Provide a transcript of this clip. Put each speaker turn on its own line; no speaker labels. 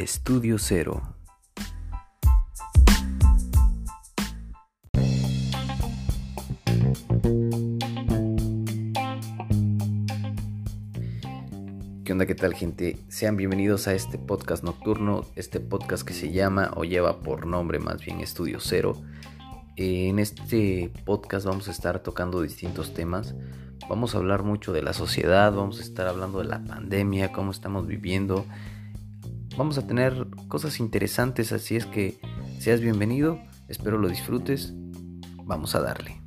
Estudio Cero. ¿Qué onda? ¿Qué tal, gente? Sean bienvenidos a este podcast nocturno, este podcast que se llama o lleva por nombre más bien Estudio Cero. En este podcast vamos a estar tocando distintos temas. Vamos a hablar mucho de la sociedad, vamos a estar hablando de la pandemia, cómo estamos viviendo. Vamos a tener cosas interesantes, así es que seas bienvenido, espero lo disfrutes. Vamos a darle.